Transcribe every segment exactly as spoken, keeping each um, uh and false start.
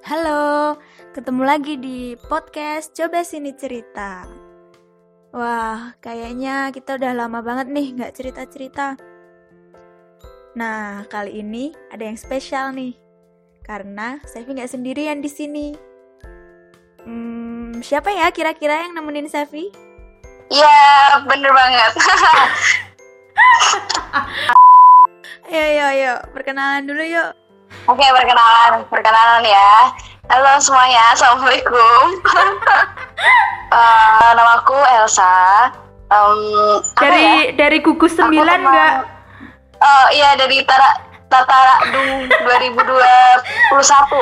Halo, ketemu lagi di podcast Coba Sini Cerita. Wah, kayaknya kita udah lama banget nih gak cerita-cerita. Nah, kali ini ada yang spesial nih, karena Sevi gak sendirian di sini. Hmm, siapa ya kira-kira yang nemenin Sevi? Iya, bener banget. Ayo, ayo, ayo, perkenalan dulu yuk. Oke, perkenalan, perkenalan ya. Halo semuanya, assalamualaikum. uh, namaku Elsa. Um, dari ya? dari gugus sembilan nggak? Oh iya, dari Tara Tatara Dung dua ribu dua puluh satu.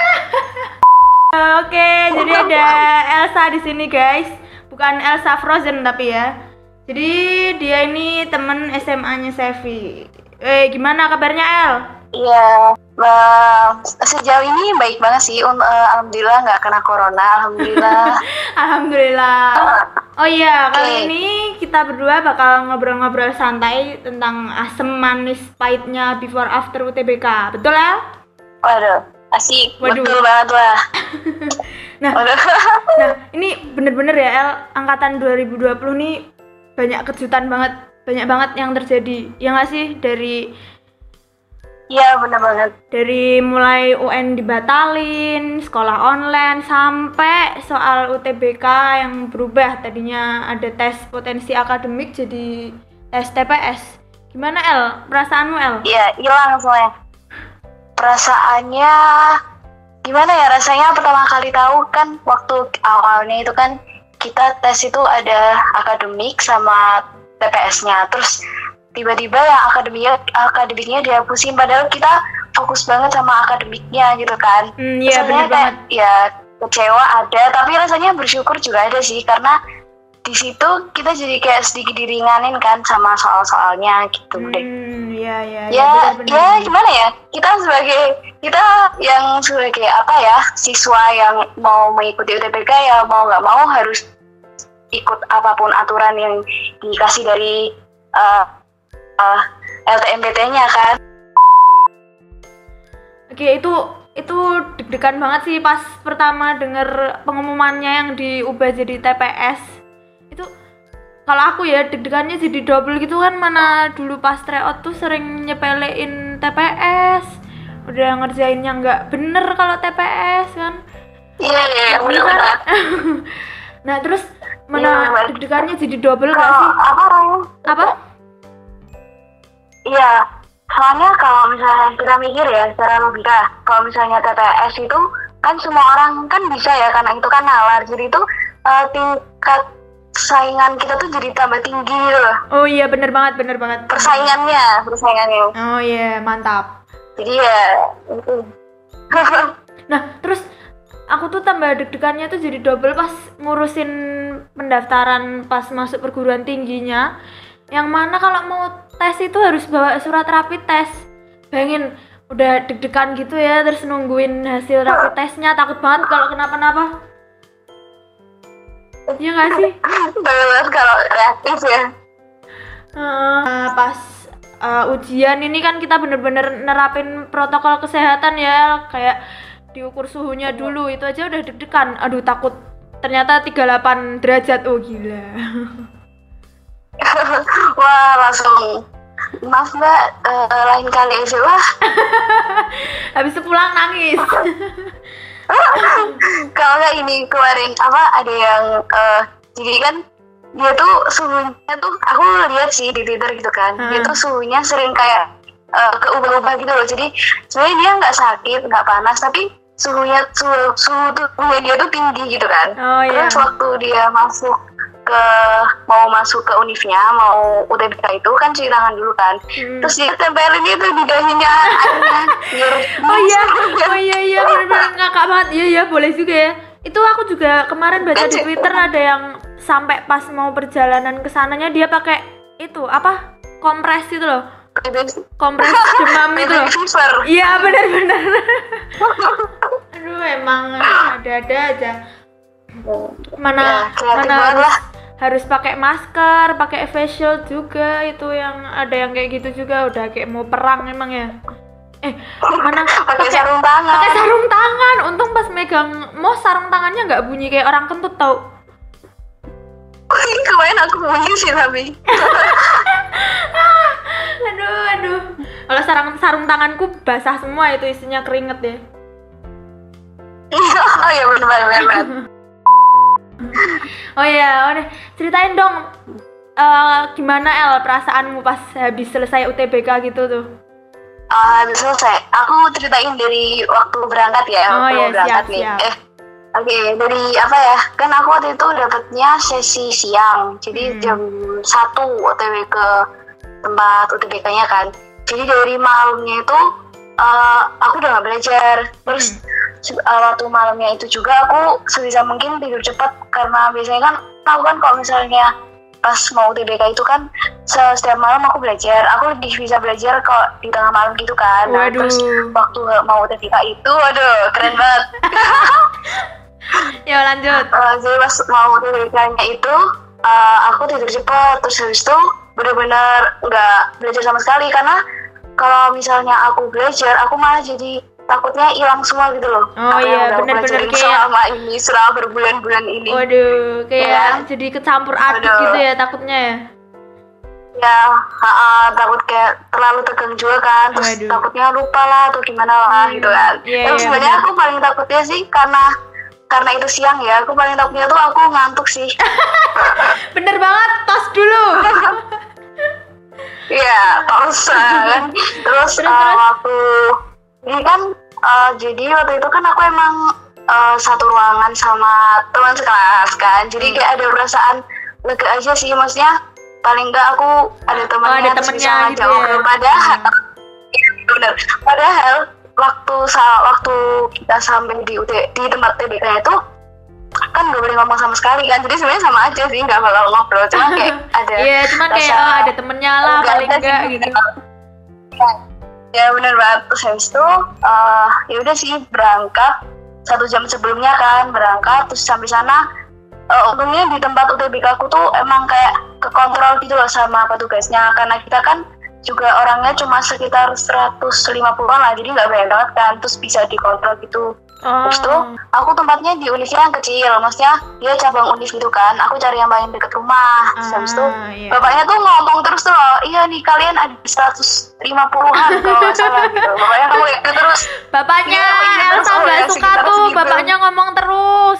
Oke, jadi ada Elsa di sini guys, bukan Elsa Frozen tapi ya. Jadi dia ini temen S M A-nya Sevi. Eh, gimana kabarnya El? Iya, uh, sejauh ini baik banget sih. Uh, Alhamdulillah nggak kena corona. Alhamdulillah. Alhamdulillah. Oh iya, okay. Kali ini kita berdua bakal ngobrol-ngobrol santai tentang asam manis pahitnya before after U T B K. Betul El? Waduh, asik. Waduh. Betul banget lah. nah, nah, ini bener-bener ya El, angkatan dua ribu dua puluh nih banyak kejutan banget, banyak banget yang terjadi. Ya nggak sih, dari Iya, benar banget. Dari mulai U N dibatalin, sekolah online, sampai soal U T B K yang berubah. Tadinya ada tes potensi akademik jadi tes T P S. Gimana El? Perasaanmu El? Iya, hilang semuanya. Perasaannya gimana ya? Rasanya pertama kali tahu kan waktu awalnya itu kan kita tes itu ada akademik sama T P S-nya. Terus tiba-tiba yang akademiknya akademiknya dihapusin, padahal kita fokus banget sama akademiknya gitu kan. Hmm, iya benar banget. Ya kecewa ada, tapi rasanya bersyukur juga ada sih, karena di situ kita jadi kayak sedikit diringanin kan sama soal-soalnya gitu deh. Hmm, iya iya. Ya, ya, bener, ya gimana ya? Kita sebagai kita yang sebagai apa ya, siswa yang mau mengikuti U T B K ya mau nggak mau harus ikut apapun aturan yang dikasih dari uh, Uh, L T M P T-nya kan. Oke, itu itu deg-degan banget sih pas pertama denger pengumumannya yang diubah jadi T P S. Itu kalau aku ya deg-degannya jadi double gitu kan, mana dulu pas tryout tuh sering nyepelein T P S, udah ngerjainnya nggak bener kalau T P S kan. Iya iya benar. Nah terus mana ya, deg-degannya jadi double nggak sih? Apa Raya? Apa? Iya, soalnya kalau misalnya kita mikir ya secara logika, kalau misalnya T P S itu kan semua orang kan bisa ya, karena itu kan nalar, jadi itu uh, tingkat saingan kita tuh jadi tambah tinggi gitu loh. Oh iya bener banget, bener banget. Persaingannya, persaingannya. Oh iya, mantap. Jadi ya itu. Nah terus aku tuh tambah deg-degannya tuh jadi double pas ngurusin pendaftaran pas masuk perguruan tingginya, yang mana kalau mau tes itu harus bawa surat rapid test. Bayangin, udah deg-degan gitu ya, terus nungguin hasil rapid testnya, takut banget kalau kenapa-napa. Iya gak sih? Banget kalau reaktif ya. Uh, pas uh, ujian ini kan kita bener-bener nerapin protokol kesehatan ya, kayak diukur suhunya dulu, itu aja udah deg-degan. Aduh takut ternyata tiga puluh delapan derajat, oh gila. Wah langsung maaf mbak, uh, lain kali aja lah. Habis itu pulang nangis. Kalau nggak ini kemarin apa ada yang uh, jadi kan dia tuh suhunya tuh aku lihat sih di Twitter gitu kan, hmm. dia tuh suhunya sering kayak uh, keubah-ubah gitu loh. Jadi sebenarnya dia nggak sakit nggak panas, tapi suhunya suhu suhu tuh dia tuh tinggi gitu kan. Oh, iya. Terus waktu dia masuk ke mau masuk ke univnya, mau U T B K itu kan cuci tangan dulu kan, hmm. terus dia tempelin itu di dahinya. Oh iya, oh iya iya benar-benar ngakak banget. Iya iya boleh juga ya. Itu aku juga kemarin baca di Twitter ada yang sampai pas mau perjalanan ke sananya dia pakai itu apa? Kompres itu loh. Kompres demam itu loh. Iya benar-benar. Aduh emang ada-ada aja. Mana ya, mana harus, harus pakai masker, pakai face shield juga, itu yang ada yang kayak gitu juga, udah kayak mau perang emang ya. Eh, mana pakai sarung tangan. Pakai sarung tangan. Untung pas megang mos sarung tangannya nggak bunyi kayak orang kentut tau. Kemarin aku bunyi sih tapi. aduh, aduh. Kalau sarung sarung tanganku basah semua itu isinya keringet ya. Oh iya benar benar. Oh iya, udah ceritain dong uh, gimana El perasaanmu pas habis selesai U T B K gitu tuh. Uh, habis selesai, aku ceritain dari waktu berangkat ya, oh, waktu iya, berangkat siap, nih. Siap. Eh, oke, okay, dari apa ya? Kan aku waktu itu dapatnya sesi siang, jadi hmm. jam satu O T W ke tempat U T B K-nya kan. Jadi dari malamnya itu uh, aku udah nggak belajar. Terus hmm. uh, waktu malamnya itu juga aku sebisa mungkin tidur cepat karena biasanya kan aku kan kalau misalnya pas mau U T B K itu kan setiap malam aku belajar, aku lebih bisa belajar kalau di tengah malam gitu kan. Nah, terus waktu mau U T B K itu, waduh keren banget. Ya lanjut. Uh, jadi pas mau U T B K-nya itu uh, aku tidur cepat, terus habis itu benar-benar nggak belajar sama sekali karena kalau misalnya aku belajar, aku malah jadi takutnya hilang semua gitu loh. Oh iya, benar-benar kayak selama ini, selama berbulan-bulan ini. Waduh, kayak ya. Jadi kecampur aduk Waduh. Gitu ya takutnya ya. Ya, uh, takut kayak terlalu tegang juga kan, terus Waduh. Takutnya lupa lah atau gimana lah hmm. gitu kan. Yeah, Tapi yeah, sebenarnya yeah. aku paling takutnya sih karena karena itu siang ya, aku paling takutnya tuh aku ngantuk sih. Bener banget, tos dulu. Iya, tos kan. Terus, terus, uh, terus. waktu ini kan uh, jadi waktu itu kan aku emang uh, satu ruangan sama teman sekelas kan, jadi kayak ada perasaan lega aja sih, maksudnya paling enggak aku ada temannya, oh, terus bisa ngajak ngobrol. Gitu ya? Padahal hmm. bener, padahal waktu waktu kita sampai di U T, di tempat T B K itu kan gak boleh ngomong sama sekali kan, jadi sebenarnya sama aja sih, nggak bakal ngobrol, cuma kayak ada iya, cuma kayak oh, ada temennya lah paling enggak gitu. Ya benar banget. Terus habis itu uh, ya udah sih berangkat satu jam sebelumnya kan berangkat, terus sampai sana uh, untungnya di tempat U T B K aku tuh emang kayak kekontrol gitu loh sama petugasnya, karena kita kan juga orangnya cuma sekitar seratus lima puluh lah, jadi nggak banyak banget kan, terus bisa dikontrol gitu. Oh. Terus tuh aku tempatnya di univ yang kecil, maksudnya dia cabang univ gitu kan, aku cari yang paling deket rumah. Terus habis itu iya. bapaknya tuh ngomong terus tuh, iya nih kalian ada seratus lima puluhan kalau nggak salah gitu. Bapaknya ngomong gitu terus. Bapaknya ya, Elsa nggak ya, suka tuh, segitu. Bapaknya ngomong terus.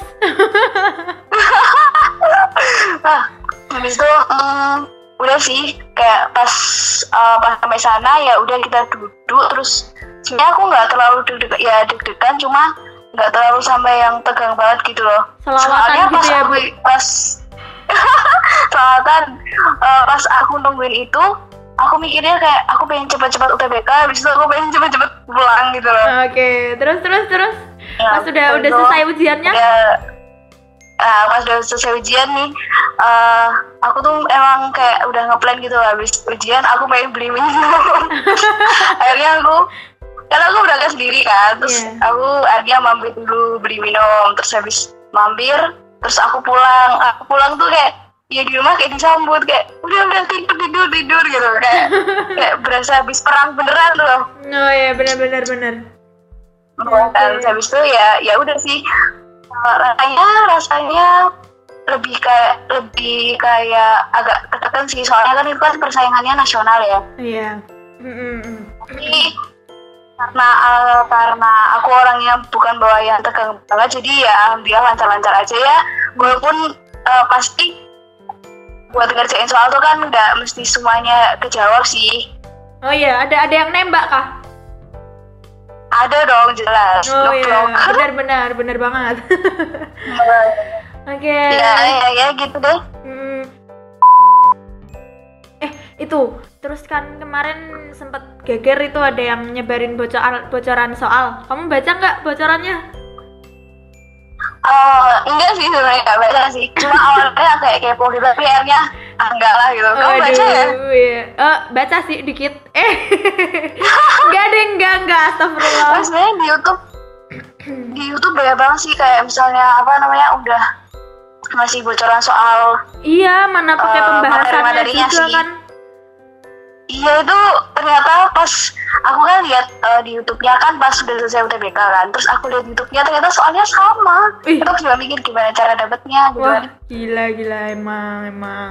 Nah, habis itu um, udah sih kayak pas uh, pas sampai sana ya udah kita duduk, terus sebenarnya aku nggak terlalu deg-degan, ya deg-degan cuma nggak terlalu sampai yang tegang banget gitu loh. Selawatan pas gitu ya, aku, Bu? Pas selawatan uh, pas aku nungguin itu, aku mikirnya kayak aku pengen cepat-cepat U T B K, habis itu aku pengen cepat-cepat pulang gitu loh. Oke, okay. terus terus terus ya, pas udah udah selesai ujiannya? Udah, uh, pas udah selesai ujian nih, uh, aku tuh emang kayak udah ngeplan gitu, habis ujian aku pengen beli minum. Akhirnya aku karena aku berangkat sendiri kan, terus yeah. aku akhirnya mampir dulu beli minum, terus habis mampir, terus aku pulang, aku pulang tuh kayak ya di rumah kayak disambut kayak udah udah tidur tidur tidur gitu, kayak kayak berasa habis perang beneran loh. Oh ya benar benar benar. Okay. Terus habis itu ya ya udah sih, rasanya rasanya lebih kayak lebih kayak agak tertekan sih, soalnya kan itu kan persaingannya nasional ya. Iya. Mm-hmm. Jadi karena uh, karena aku orangnya bukan bawa yang tegang banget, jadi ya alhamdulillah lancar-lancar aja ya, walaupun uh, pasti buat ngerjain soal tuh kan nggak mesti semuanya kejawab sih. Oh iya, ada ada yang nembak kah? Ada dong, jelas. Oh iya, benar-benar benar banget. Oke. Okay. Ya, ya ya gitu deh. Hmm. Eh itu terus kan kemarin sempet geger itu ada yang nyebarin bocoran bocoran soal. Kamu baca nggak bocorannya? Uh, enggak sih sebenarnya, nggak baca sih. Cuma awalnya kayak kepo gitu, tapi akhirnya ah, enggak lah gitu. Kamu Aduh, baca ya? Iya. Oh, baca sih dikit. Eh, enggak deh, enggak enggak. Astagfirullah. Nah, sebenarnya di YouTube di YouTube banyak banget sih, kayak misalnya apa namanya udah masih bocoran soal. Iya, mana pakai uh, pembahasannya juga sih. kan. Iya itu ternyata pas aku kan lihat uh, di YouTube-nya kan pas sudah selesai U T B K kan, terus aku lihat YouTube-nya ternyata soalnya sama. Ih. Terus juga mikir gimana cara dapetnya gitu. Wah, kan. gila gila emang emang.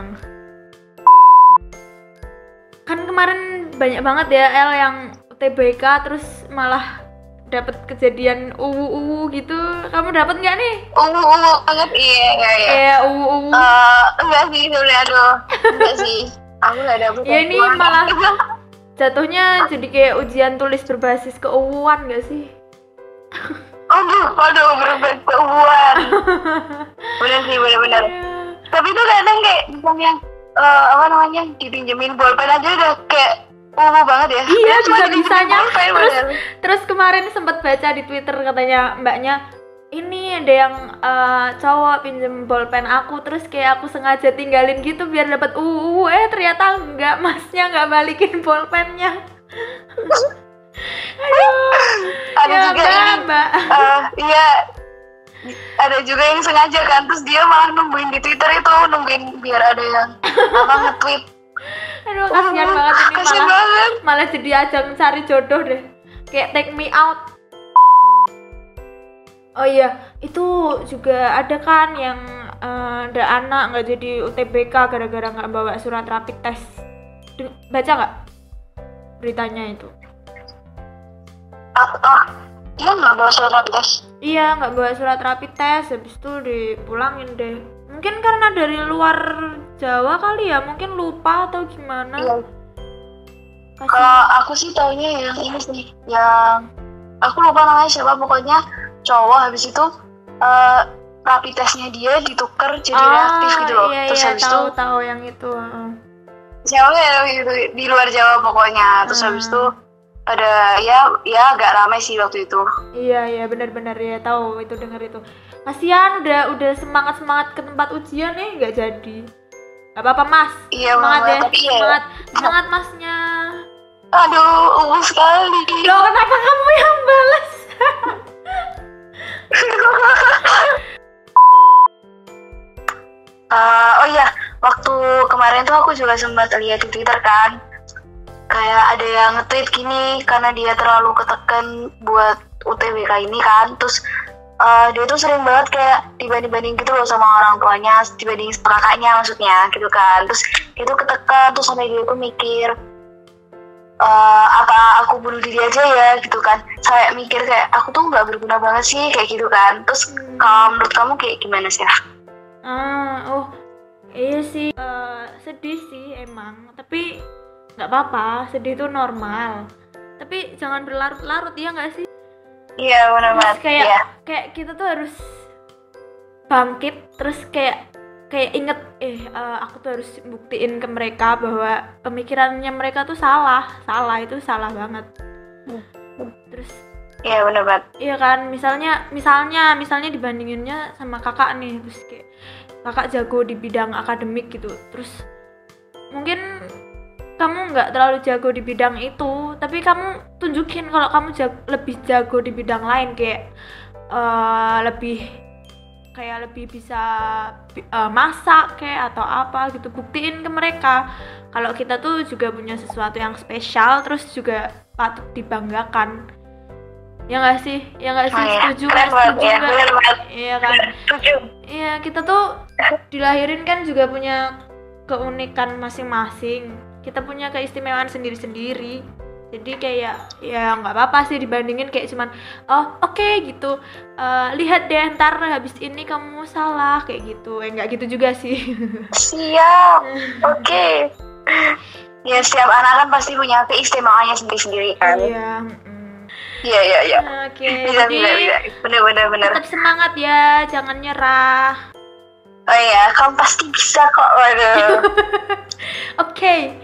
Kan kemarin banyak banget ya El yang U T B K terus malah dapat kejadian uwu-uwu gitu. Kamu dapat nggak nih? Uwu-uwu banget iya iya iya. Eh uwu-uwu. Uh, enggak sih sebenarnya aduh. Enggak sih. Aku nggak dapet. Ya ini malah jatuhnya jadi kayak ujian tulis berbasis keuuan nggak sih? Aduh, aduh berbasis keuuan. Bener sih bener-bener. Tapi tuh kadang kayak misalnya uh, apa namanya dipinjemin bolpen aja udah kayak uwu banget ya. Iya cuma juga bisanya. Bolpen, terus bener. terus kemarin sempat baca di Twitter katanya mbaknya, ini ada yang uh, cowok pinjem bolpen aku terus kayak aku sengaja tinggalin gitu biar dapat uwu, eh ternyata enggak, masnya nggak balikin bolpennya. Aduh, Ada ya juga mbak, ini, mbak. Uh, iya ada juga yang sengaja kan, terus dia malah nungguin di Twitter itu, nungguin biar ada yang apa nge-tweet. Aduh kasihan Oh, banget ini, kasihan malah banget. malah jadi ajang cari jodoh deh, kayak take me out. Oh iya, itu juga ada kan yang uh, ada anak nggak jadi U T B K gara-gara nggak bawa surat rapid test. De- baca nggak beritanya itu? Ah, ah, dia nggak bawa surat rapid test. Iya, nggak bawa surat rapid test, habis itu dipulangin deh. Mungkin karena dari luar Jawa kali ya, mungkin lupa atau gimana. Iya. Kasih. Kalau aku sih taunya yang ini sih, yang aku lupa namanya siapa, pokoknya cowok habis itu uh, rapid testnya dia ditukar jadi ah, reaktif gitu loh. Iya, Terus iya, habis tahu itu tahu yang itu. Uh. siapa ya gitu di luar Jawa pokoknya. Terus Hmm. habis itu ada ya ya agak ramai sih waktu itu. Iya iya benar-benar ya, tahu itu, dengar itu. Kasihan udah udah semangat semangat ke tempat ujian nih nggak jadi. Gak apa-apa mas. Iya, semangat Mama, ya. tapi iya. Semangat semangat masnya. Aduh, uwu sekali. Loh kenapa kamu yang balas? uh, oh iya, waktu kemarin tuh aku juga sempat lihat di Twitter kan, kayak ada yang nge-tweet gini karena dia terlalu ketekan buat U T B K ini kan, terus uh, dia tuh sering banget kayak dibanding-banding gitu loh sama orang tuanya, dibanding sama kakaknya maksudnya gitu kan, terus dia tuh ketekan, terus sampai dia tuh mikir uh, apa aku bunuh diri aja ya gitu kan, saya mikir kayak aku tuh nggak berguna banget sih kayak gitu kan. Terus Hmm. kalau menurut kamu kayak gimana sih? Ah, oh iya sih, uh, sedih sih emang, tapi nggak apa-apa, sedih itu normal, tapi jangan berlarut-larut ya nggak sih? Iya benar banget. Kayak Iya. kayak kita tuh harus bangkit, terus kayak kayak inget eh uh, aku tuh harus buktiin ke mereka bahwa pemikirannya mereka tuh salah, salah itu salah banget. Terus Iya benar banget. iya kan, misalnya misalnya misalnya dibandinginnya sama kakak nih, terus kayak kakak jago di bidang akademik gitu, terus mungkin kamu nggak terlalu jago di bidang itu, tapi kamu tunjukin kalau kamu jago, lebih jago di bidang lain, kayak uh, lebih kayak lebih bisa uh, masak kayak atau apa gitu, buktiin ke mereka kalau kita tuh juga punya sesuatu yang spesial, terus juga patut dibanggakan. Ya nggak sih, ya nggak sih, Oh, iya. setuju Keren nggak banget, setuju ya, nggak? bener banget. Iya kan, Setuju. iya kita tuh dilahirin kan juga punya keunikan masing-masing, kita punya keistimewaan sendiri-sendiri, jadi kayak ya nggak apa-apa sih dibandingin kayak cuman oh oke okay, gitu, uh, lihat deh ntar habis ini kamu salah kayak gitu, eh nggak gitu juga sih. Siap. Oke. Okay. Ya setiap anak kan pasti punya keistimewaannya sendiri-sendiri kan. Iya. mm. Iya iya iya. Oke, Bisa jadi bisa bisa. Bener bener bener. tetap semangat ya, jangan nyerah. Oh iya, kamu pasti bisa kok. Waduh. Oke.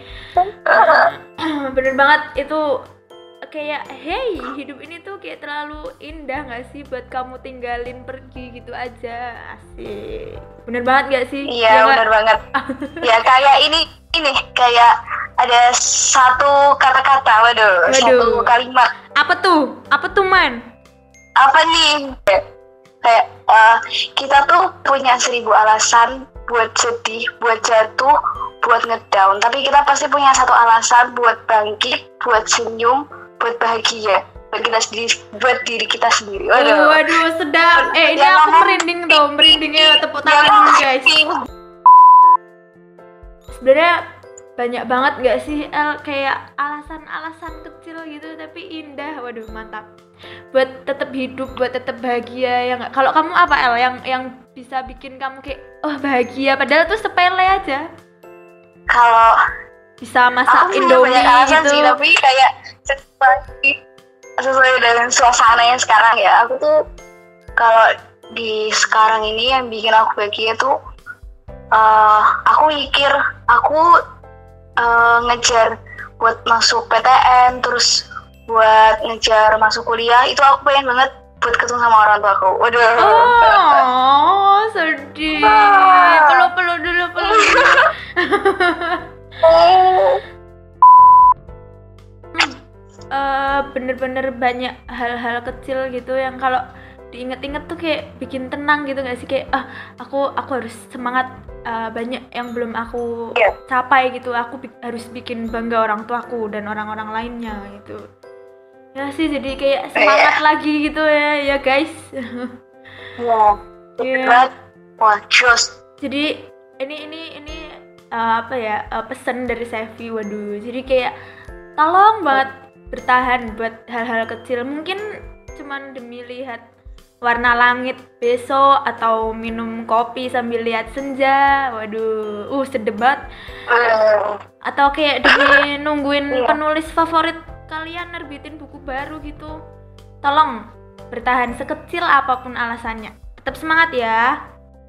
Bener banget itu, kayak hey hidup ini tuh kayak terlalu indah nggak sih buat kamu tinggalin pergi gitu aja, asik. Bener banget nggak sih? Iya Ya bener nggak? banget. Ya kayak ini ini kayak ada satu kata-kata, waduh, Waduh. satu kalimat. Apa tuh? Apa tuh man? Apa nih? Kayak uh, kita tuh punya seribu alasan buat sedih, buat jatuh, buat ngedown, tapi kita pasti punya satu alasan buat bangkit, buat senyum, buat bahagia, buat kita sendiri, buat diri kita sendiri. Waduh, oh, waduh sedap. Eh ini aku merinding tuh, merindingnya tepuk tangan dulu guys. Sebenarnya banyak banget nggak sih El kayak alasan-alasan kecil gitu tapi indah. Waduh mantap. Buat tetap hidup, buat tetap bahagia ya nggak. Kalau kamu apa El yang yang bisa bikin kamu kayak oh bahagia padahal tuh sepele aja. Kalau bisa masak aku Indomie alasan gitu sih, tapi kayak sesuai, sesuai dengan suasana yang sekarang ya. Aku tuh kalau di sekarang ini yang bikin aku bahagia tuh uh, aku mikir aku uh, ngejar buat masuk P T N, terus buat ngejar masuk kuliah. Itu aku pengen banget buat ketemu sama orang tua aku. Waduh. Oh, sedih. Ah. Peluk-peluk dulu, peluk dulu. uh, bener-bener banyak hal-hal kecil gitu yang kalau diinget-inget tuh kayak bikin tenang gitu nggak sih, kayak ah aku aku harus semangat, uh, banyak yang belum aku yeah. capai gitu, aku bi- harus bikin bangga orang tuaku dan orang-orang lainnya gitu ya sih, jadi kayak semangat yeah. lagi gitu ya ya guys. Wow. Yeah. Wah just jadi ini ini ini uh, apa ya uh, pesan dari Sevi. Waduh, jadi kayak tolong banget bertahan buat hal-hal kecil, mungkin cuman demi lihat warna langit besok atau minum kopi sambil lihat senja. Waduh, uh sedep banget. Atau kayak demi nungguin penulis favorit kalian nerbitin buku baru gitu. Tolong bertahan sekecil apapun alasannya. Tetap semangat ya.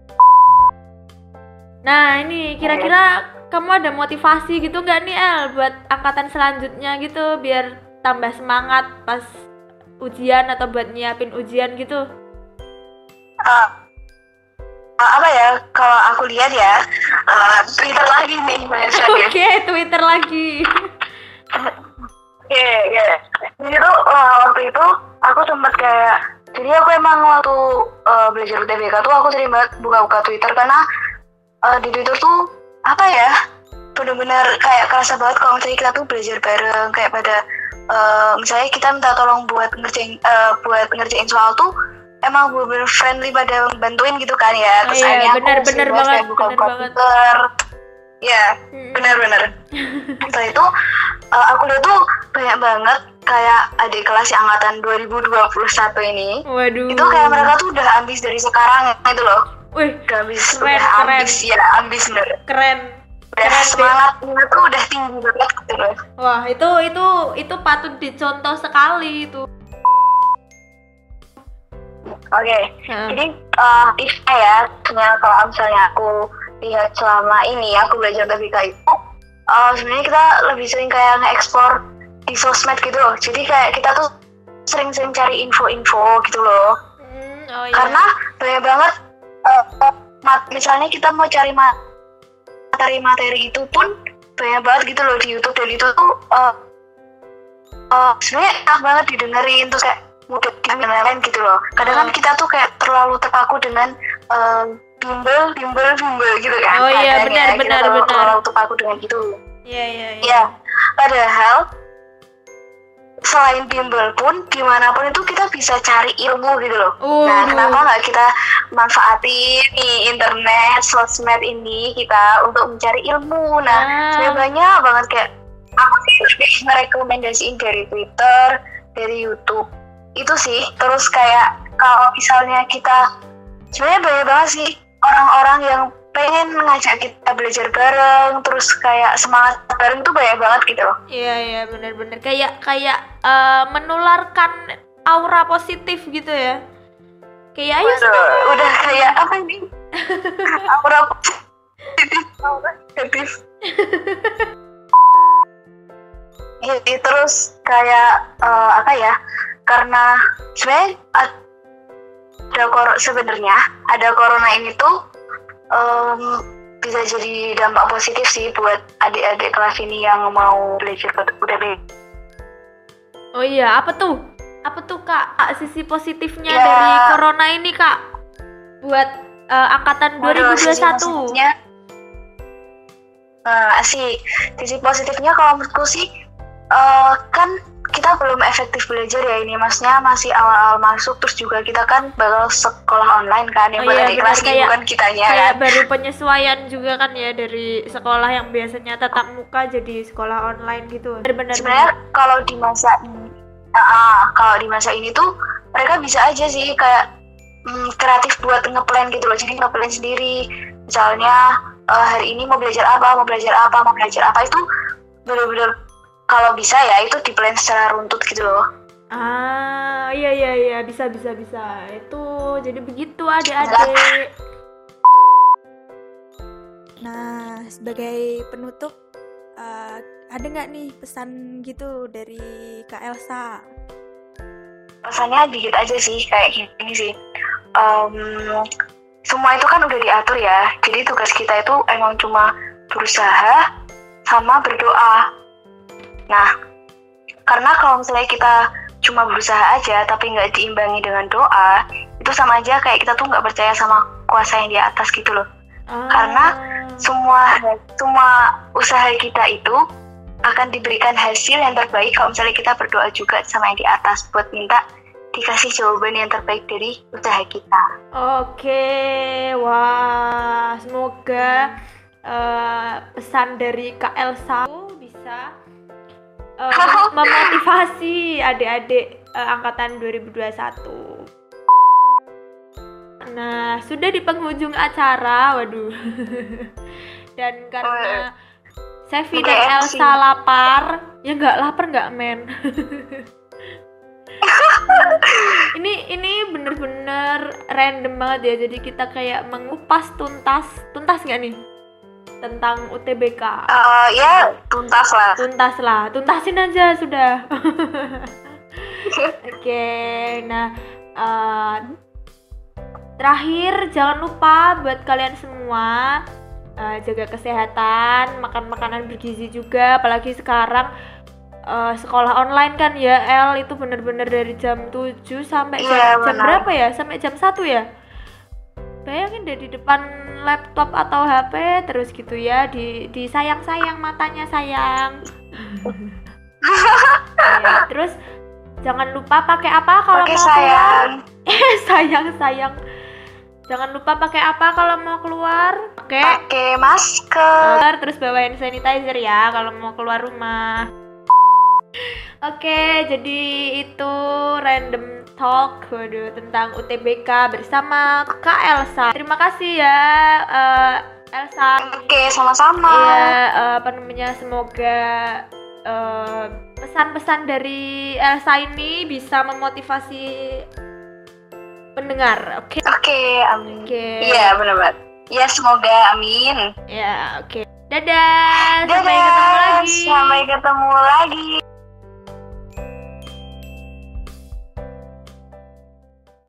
Nah ini kira-kira kamu ada motivasi gitu nggak nih El buat angkatan selanjutnya gitu biar tambah semangat pas ujian atau buat nyiapin ujian gitu? Uh, uh, apa ya, kalau aku lihat ya uh, Twitter lagi nih. Oke, okay, Twitter lagi. Oke, okay, okay. Jadi tuh uh, waktu itu aku sempat kayak, jadi aku emang waktu uh, belajar U T B K tuh aku sering banget buka-buka Twitter karena uh, di Twitter tuh apa ya, benar-benar kayak kerasa banget kalau misalnya kita tuh belajar bareng, kayak pada uh, misalnya kita minta tolong buat ngerjain uh, buat ngerjain soal tuh emang bener-bener friendly pada bantuin gitu kan ya. Terus oh, iya, akhirnya bener, aku bener banget, buka-buka Twitter. Ya, hmm. benar-benar. Setelah itu uh, aku lihat tuh banyak banget kayak adik kelas angkatan dua ribu dua puluh satu ini. Waduh. Itu kayak mereka tuh udah ambis dari sekarang itu loh. Wih, udah ambis, keren, udah keren. ambis ya, ambis bener. Keren. Udah keren, semangatnya tuh udah tinggi banget gitu loh. Wah, itu itu itu patut dicontoh sekali itu. Oke, okay. hmm. jadi uh, tipsnya ya, sebenarnya kalau misalnya aku lihat selama ini aku belajar U T B K itu, uh, sebenarnya kita lebih sering kayak nge-explore di sosmed gitu loh. Jadi kayak kita tuh sering-sering cari info-info gitu loh. Hmm, oh iya. Karena banyak banget, uh, mat- misalnya kita mau cari materi-materi itu pun banyak banget gitu loh di YouTube, dan itu tuh uh, uh, sebenarnya enak banget didengerin, terus kayak mudah dan lain-lain gitu loh. Kadang kan kita tuh kayak terlalu terpaku dengan um, bimbel, bimbel, bimbel gitu kan. Oh iya, benar, ya. benar, kita benar. terlalu terpaku dengan gitu. Iya, iya, iya. Ya, padahal selain bimbel pun, dimanapun itu kita bisa cari ilmu gitu loh. Uh. Nah, kenapa nggak kita manfaatin nih internet, sosmed ini kita untuk mencari ilmu? Nah, ah. sebenarnya banyak banget kayak aku sih lebih merekomendasiin dari Twitter, dari YouTube. Itu sih. Terus kayak kalau misalnya kita, sebenarnya banyak banget sih orang-orang yang pengen ngajak kita belajar bareng, terus kayak semangat bareng tuh banyak banget gitu loh. Iya iya benar-benar kayak kayak uh, menularkan aura positif gitu ya. Kayak ayo semangat. Udah kayak apa ini? Aura positif, aura positif. Jadi terus kayak uh, apa ya? Karena sebenarnya ada kor- sebenarnya ada corona ini tuh um, bisa jadi dampak positif sih buat adik-adik kelas ini yang mau belajar ke U T B. Oh iya, apa tuh? Apa tuh Kak? Sisi positifnya ya, dari corona ini Kak? Buat uh, angkatan dua ribu dua puluh satu. Nah, asik. Sisi positifnya kalau menurutku sih, uh, kan kita belum efektif belajar ya ini, maksudnya masih awal-awal masuk, terus juga kita kan bakal sekolah online kan, yang Oh bakal iya, di kelas benar, gitu kayak- kan kitanya Kayak kan. baru penyesuaian juga kan ya dari sekolah yang biasanya tatap muka jadi sekolah online gitu. Benar-benar. Sebenarnya kalau di masa ini, uh, kalau di masa ini tuh mereka bisa aja sih kayak mm, kreatif buat ngeplan gitu loh, jadi ngeplan sendiri. Misalnya uh, hari ini mau belajar apa, mau belajar apa, mau belajar apa, itu benar-benar kalau bisa ya itu di plan secara runtut gitu loh. Ah, iya iya iya, bisa bisa bisa. Itu jadi begitu adik-adik. Nah, sebagai penutup, uh, ada nggak nih pesan gitu dari Kak Elsa? Pesannya dikit aja sih, kayak gini sih. Um, semua itu kan udah diatur ya. Jadi tugas kita itu emang cuma berusaha sama berdoa. Nah, karena kalau misalnya kita cuma berusaha aja tapi nggak diimbangi dengan doa, itu sama aja kayak kita tuh nggak percaya sama kuasa yang di atas gitu loh. Ah. Karena semua semua usaha kita itu akan diberikan hasil yang terbaik kalau misalnya kita berdoa juga sama yang di atas buat minta dikasih jawaban yang terbaik dari usaha kita. Oke, wah, semoga uh, pesan dari Kak Elsa bisa uh, mem- memotivasi adik-adik uh, angkatan dua ribu dua puluh satu. Nah, sudah di penghujung acara, waduh. Dan karena Sevi dan Oke, Elsa sih. lapar, ya nggak lapar nggak men. ini ini bener-bener random banget ya, jadi kita kayak mengupas tuntas tuntas nggak nih tentang U T B K? Uh, ya tuntas lah. Tuntas lah, tuntasin aja sudah. Oke, nah uh, terakhir jangan lupa buat kalian semua uh, jaga kesehatan, makan makanan bergizi juga, apalagi sekarang uh, sekolah online kan ya El, itu bener-bener dari jam tujuh sampai Iya, jam, jam benar. berapa ya? Sampai jam satu ya? Bayangin deh di depan laptop atau H P terus gitu ya, di disayang-sayang matanya sayang. Ya, terus jangan lupa pakai apa kalau Oke mau sayang. keluar? Eh sayang sayang. Jangan lupa pakai apa kalau mau keluar? Pakai Pakai masker. terus bawa hand sanitizer ya kalau mau keluar rumah. Oke, jadi itu random talk waduh, tentang U T B K bersama Kak Elsa. Terima kasih ya uh, Elsa. Oke, sama-sama. Iya, uh, apa namanya, semoga uh, pesan-pesan dari Elsa ini bisa memotivasi pendengar. Oke. Oke, amin. Oke. Iya, benar banget. Ya, semoga amin. Ya, oke. Dadah. Sampai Dadah, ketemu lagi. Sampai ketemu lagi.